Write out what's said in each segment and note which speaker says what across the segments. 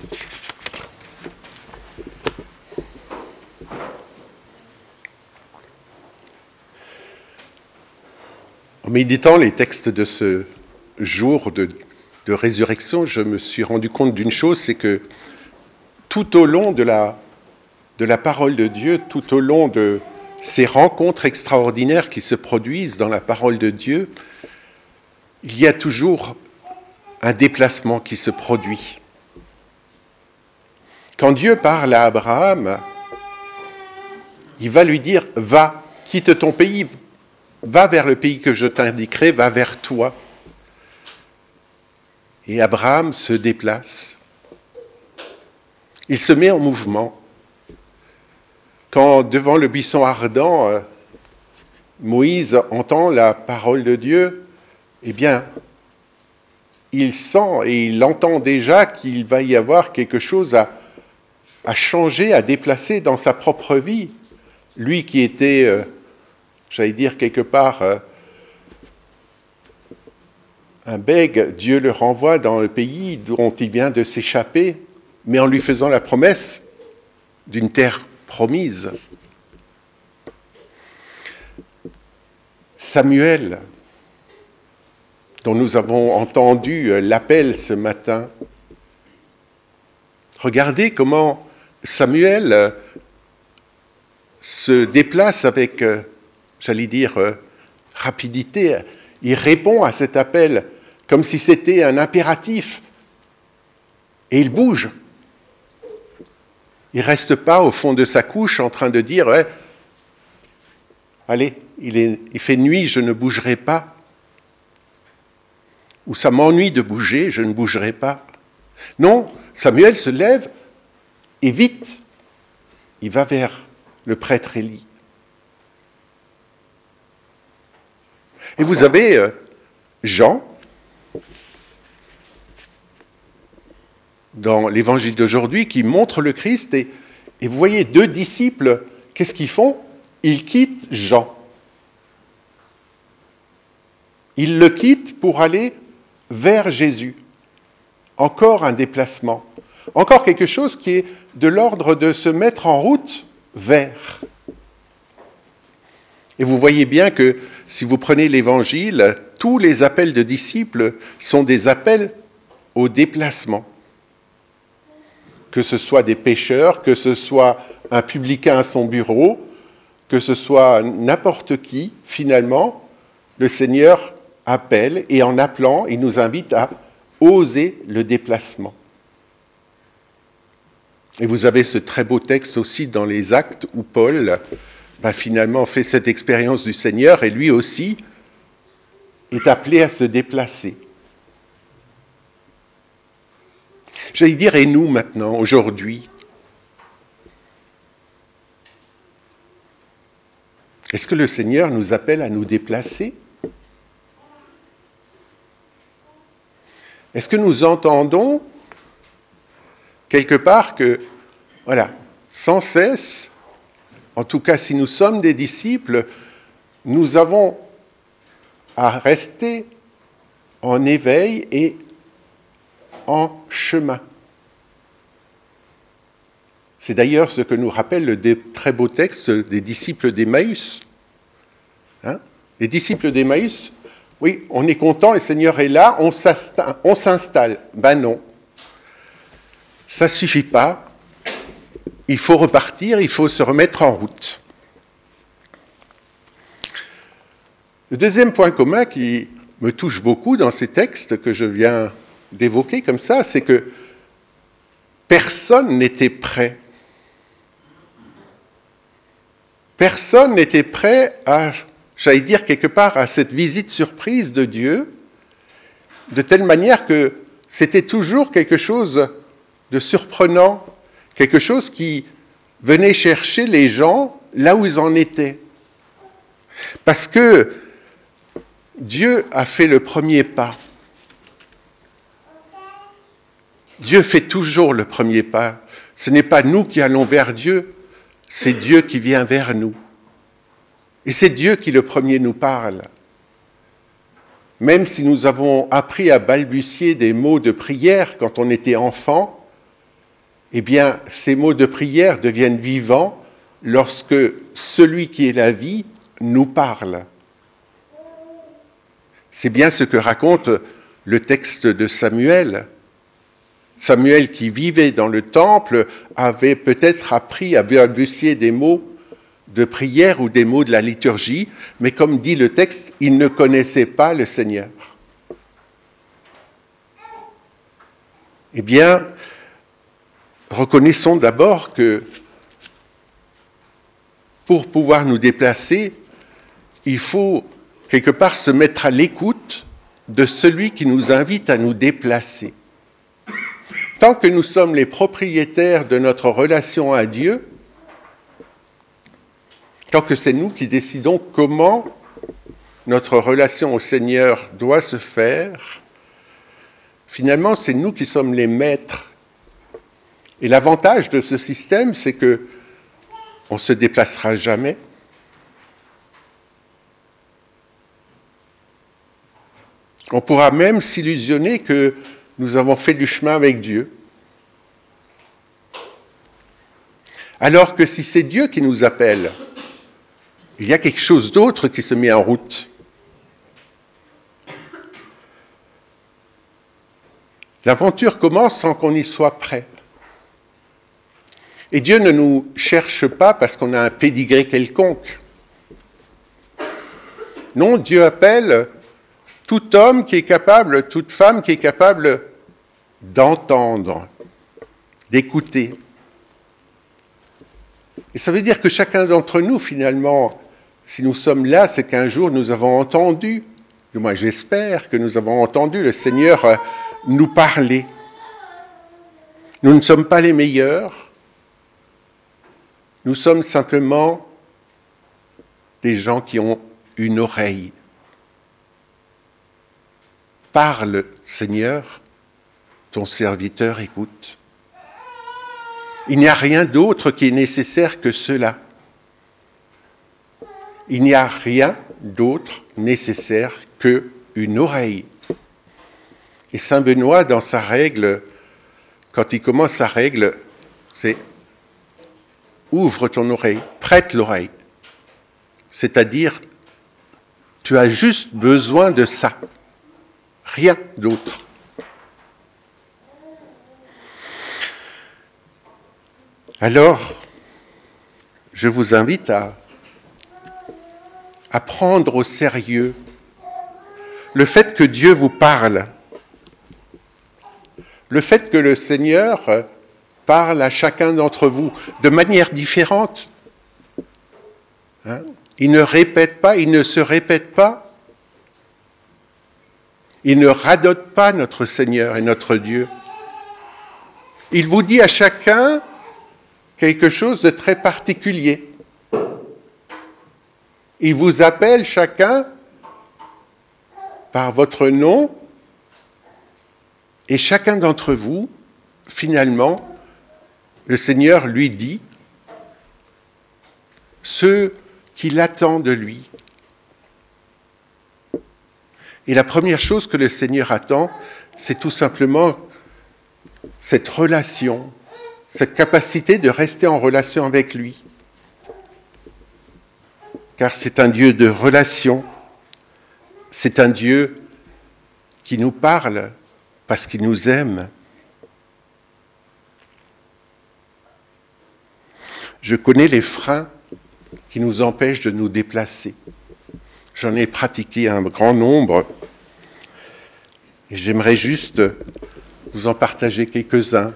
Speaker 1: En méditant les textes de ce jour de résurrection, je me suis rendu compte d'une chose, c'est que tout au long de la parole de Dieu, tout au long de ces rencontres extraordinaires qui se produisent dans la parole de Dieu, il y a toujours un déplacement qui se produit. Quand Dieu parle à Abraham, il va lui dire « Va, quitte ton pays, va vers le pays que je t'indiquerai, va vers toi. » Et Abraham se déplace. Il se met en mouvement. Quand, devant le buisson ardent, Moïse entend la parole de Dieu, eh bien, il sent et il entend déjà qu'il va y avoir quelque chose à changer, à déplacer dans sa propre vie. Lui qui était, j'allais dire quelque part, un bègue, Dieu le renvoie dans le pays dont il vient de s'échapper, mais en lui faisant la promesse d'une terre promise. Samuel, dont nous avons entendu l'appel ce matin, regardez comment Samuel se déplace avec, j'allais dire, rapidité. Il répond à cet appel comme si c'était un impératif. Et il bouge. Il ne reste pas au fond de sa couche en train de dire ouais, « Allez, il fait nuit, je ne bougerai pas. » Ou « Ça m'ennuie de bouger, je ne bougerai pas. » Non, Samuel se lève et vite, il va vers le prêtre Élie. Et vous avez Jean, dans l'évangile d'aujourd'hui, qui montre le Christ, et vous voyez deux disciples, qu'est-ce qu'ils font ? Ils quittent Jean. Ils le quittent pour aller vers Jésus. Encore un déplacement. Encore quelque chose qui est de l'ordre de se mettre en route vers. Et vous voyez bien que si vous prenez l'Évangile, tous les appels de disciples sont des appels au déplacement. Que ce soit des pécheurs, que ce soit un publicain à son bureau, que ce soit n'importe qui, finalement, le Seigneur appelle et en appelant, il nous invite à oser le déplacement. Et vous avez ce très beau texte aussi dans les Actes où Paul finalement fait cette expérience du Seigneur et lui aussi est appelé à se déplacer. J'allais dire, et nous maintenant, aujourd'hui, est-ce que le Seigneur nous appelle à nous déplacer ? Est-ce que nous entendons quelque part que, voilà, sans cesse, en tout cas si nous sommes des disciples, nous avons à rester en éveil et en chemin. C'est d'ailleurs ce que nous rappelle le très beau texte des disciples d'Emmaüs. Les disciples d'Emmaüs, oui, on est content, le Seigneur est là, on s'installe. Ben non, ça ne suffit pas. Il faut repartir, il faut se remettre en route. Le deuxième point commun qui me touche beaucoup dans ces textes que je viens d'évoquer comme ça, c'est que personne n'était prêt. Personne n'était prêt à, j'allais dire quelque part, à cette visite surprise de Dieu, de telle manière que c'était toujours quelque chose de surprenant, quelque chose qui venait chercher les gens là où ils en étaient. Parce que Dieu a fait le premier pas. Dieu fait toujours le premier pas. Ce n'est pas nous qui allons vers Dieu, c'est Dieu qui vient vers nous. Et c'est Dieu qui le premier nous parle. Même si nous avons appris à balbutier des mots de prière quand on était enfant, eh bien, ces mots de prière deviennent vivants lorsque celui qui est la vie nous parle. C'est bien ce que raconte le texte de Samuel. Samuel, qui vivait dans le temple, avait peut-être appris à balbutier des mots de prière ou des mots de la liturgie, mais comme dit le texte, il ne connaissait pas le Seigneur. Eh bien, reconnaissons d'abord que pour pouvoir nous déplacer, il faut quelque part se mettre à l'écoute de celui qui nous invite à nous déplacer. Tant que nous sommes les propriétaires de notre relation à Dieu, tant que c'est nous qui décidons comment notre relation au Seigneur doit se faire, finalement, c'est nous qui sommes les maîtres. Et l'avantage de ce système, c'est que on ne se déplacera jamais. On pourra même s'illusionner que nous avons fait du chemin avec Dieu. Alors que si c'est Dieu qui nous appelle, il y a quelque chose d'autre qui se met en route. L'aventure commence sans qu'on y soit prêt. Et Dieu ne nous cherche pas parce qu'on a un pédigré quelconque. Non, Dieu appelle tout homme qui est capable, toute femme qui est capable d'entendre, d'écouter. Et ça veut dire que chacun d'entre nous, finalement, si nous sommes là, c'est qu'un jour nous avons entendu, du moins j'espère que nous avons entendu le Seigneur nous parler. Nous ne sommes pas les meilleurs, nous sommes simplement des gens qui ont une oreille. Parle, Seigneur, ton serviteur écoute. Il n'y a rien d'autre qui est nécessaire que cela. Il n'y a rien d'autre nécessaire qu'une oreille. Et saint Benoît, dans sa règle, quand il commence sa règle, c'est « ouvre ton oreille, prête l'oreille ». C'est-à-dire, tu as juste besoin de ça, rien d'autre. Alors, je vous invite à prendre au sérieux le fait que Dieu vous parle, le fait que le Seigneur parle à chacun d'entre vous de manière différente. Il ne répète pas, il ne se répète pas. Il ne radote pas notre Seigneur et notre Dieu. Il vous dit à chacun quelque chose de très particulier. Il vous appelle chacun par votre nom et chacun d'entre vous, finalement, le Seigneur lui dit ce qu'il attend de lui. Et la première chose que le Seigneur attend, c'est tout simplement cette relation, cette capacité de rester en relation avec lui. Car c'est un Dieu de relation, c'est un Dieu qui nous parle parce qu'il nous aime. Je connais les freins qui nous empêchent de nous déplacer. J'en ai pratiqué un grand nombre et j'aimerais juste vous en partager quelques-uns.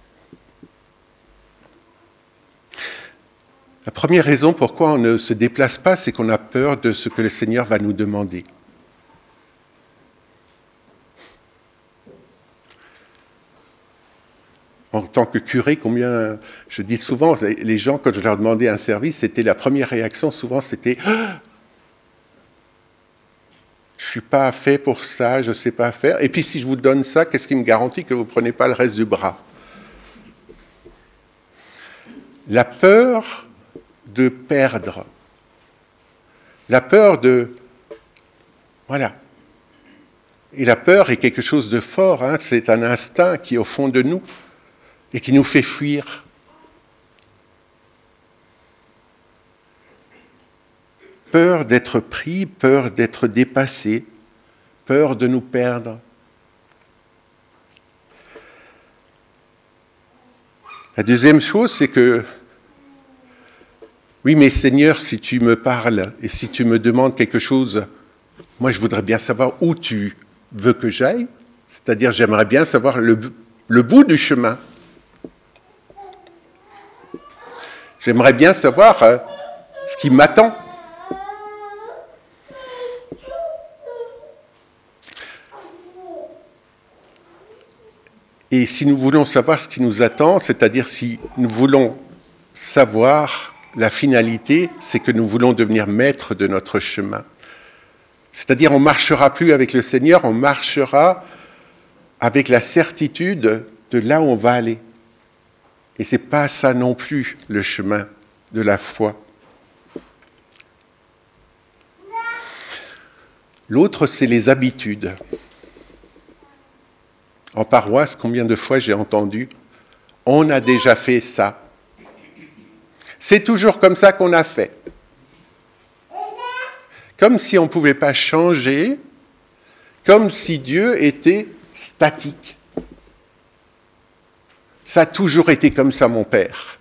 Speaker 1: La première raison pourquoi on ne se déplace pas, c'est qu'on a peur de ce que le Seigneur va nous demander. En tant que curé, combien, je dis souvent, les gens, quand je leur demandais un service, c'était la première réaction, souvent c'était ah, je ne suis pas fait pour ça, je ne sais pas faire. Et puis si je vous donne ça, qu'est-ce qui me garantit que vous ne prenez pas le reste du bras? La peur de perdre, la peur de... Voilà. Et la peur est quelque chose de fort, c'est un instinct qui est au fond de nous. et qui nous fait fuir. Peur d'être pris, peur d'être dépassé, peur de nous perdre. La deuxième chose, c'est que, oui, mais Seigneur, si tu me parles et si tu me demandes quelque chose, moi je voudrais bien savoir où tu veux que j'aille, c'est-à-dire j'aimerais bien savoir le bout du chemin. J'aimerais bien savoir ce qui m'attend. Et si nous voulons savoir ce qui nous attend, c'est-à-dire si nous voulons savoir la finalité, c'est que nous voulons devenir maîtres de notre chemin. C'est-à-dire on ne marchera plus avec le Seigneur, on marchera avec la certitude de là où on va aller. Et ce n'est pas ça non plus le chemin de la foi. L'autre, c'est les habitudes. En paroisse, combien de fois j'ai entendu « on a déjà fait ça ». C'est toujours comme ça qu'on a fait. Comme si on ne pouvait pas changer, comme si Dieu était statique. Ça a toujours été comme ça, mon Père.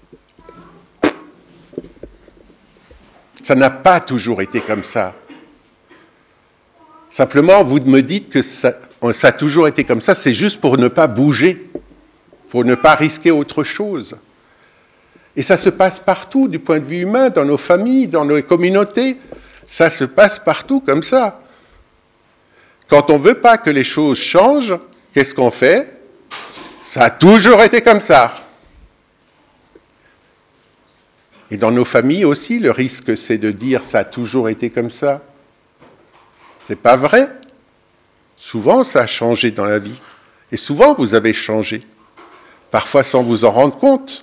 Speaker 1: Ça n'a pas toujours été comme ça. Simplement, vous me dites que ça a toujours été comme ça, c'est juste pour ne pas bouger, pour ne pas risquer autre chose. Et ça se passe partout, du point de vue humain, dans nos familles, dans nos communautés. Ça se passe partout comme ça. Quand on ne veut pas que les choses changent, qu'est-ce qu'on fait ? Ça a toujours été comme ça. Et dans nos familles aussi, le risque, c'est de dire « ça a toujours été comme ça ». C'est pas vrai. Souvent, ça a changé dans la vie. Et souvent, vous avez changé. Parfois sans vous en rendre compte.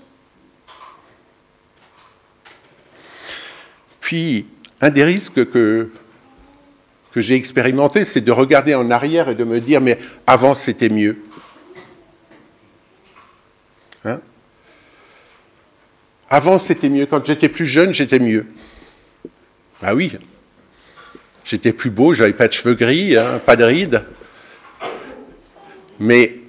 Speaker 1: Puis, un des risques que j'ai expérimenté, c'est de regarder en arrière et de me dire « mais avant, c'était mieux ». Hein ? Avant, c'était mieux. Quand j'étais plus jeune, j'étais mieux. Ah oui. J'étais plus beau, j'avais pas de cheveux gris, hein, pas de rides. Mais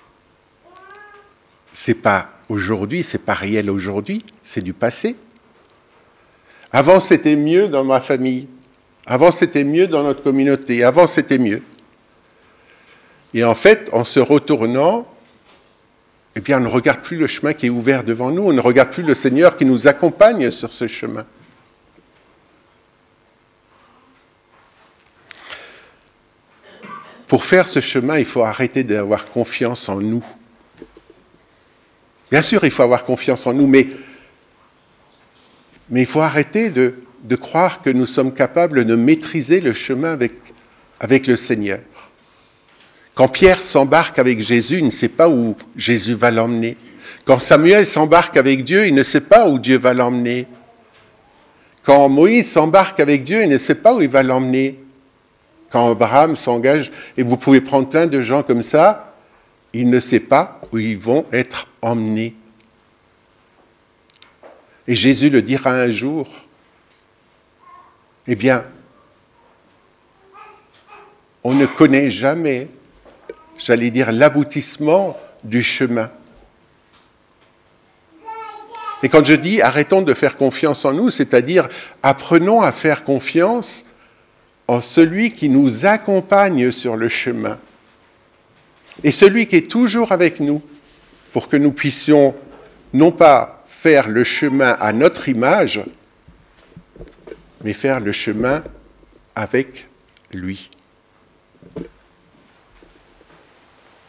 Speaker 1: c'est pas aujourd'hui, c'est pas réel aujourd'hui, c'est du passé. Avant, c'était mieux dans ma famille. Avant, c'était mieux dans notre communauté. Avant, c'était mieux. Et en fait, en se retournant, eh bien, on ne regarde plus le chemin qui est ouvert devant nous, on ne regarde plus le Seigneur qui nous accompagne sur ce chemin. Pour faire ce chemin, il faut arrêter d'avoir confiance en nous. Bien sûr, il faut avoir confiance en nous, mais il faut arrêter de croire que nous sommes capables de maîtriser le chemin avec le Seigneur. Quand Pierre s'embarque avec Jésus, il ne sait pas où Jésus va l'emmener. Quand Samuel s'embarque avec Dieu, il ne sait pas où Dieu va l'emmener. Quand Moïse s'embarque avec Dieu, il ne sait pas où il va l'emmener. Quand Abraham s'engage, et vous pouvez prendre plein de gens comme ça, il ne sait pas où ils vont être emmenés. Et Jésus le dira un jour, eh bien, on ne connaît jamais, j'allais dire, l'aboutissement du chemin. Et quand je dis arrêtons de faire confiance en nous, c'est-à-dire apprenons à faire confiance en celui qui nous accompagne sur le chemin. Et celui qui est toujours avec nous, pour que nous puissions non pas faire le chemin à notre image, mais faire le chemin avec lui.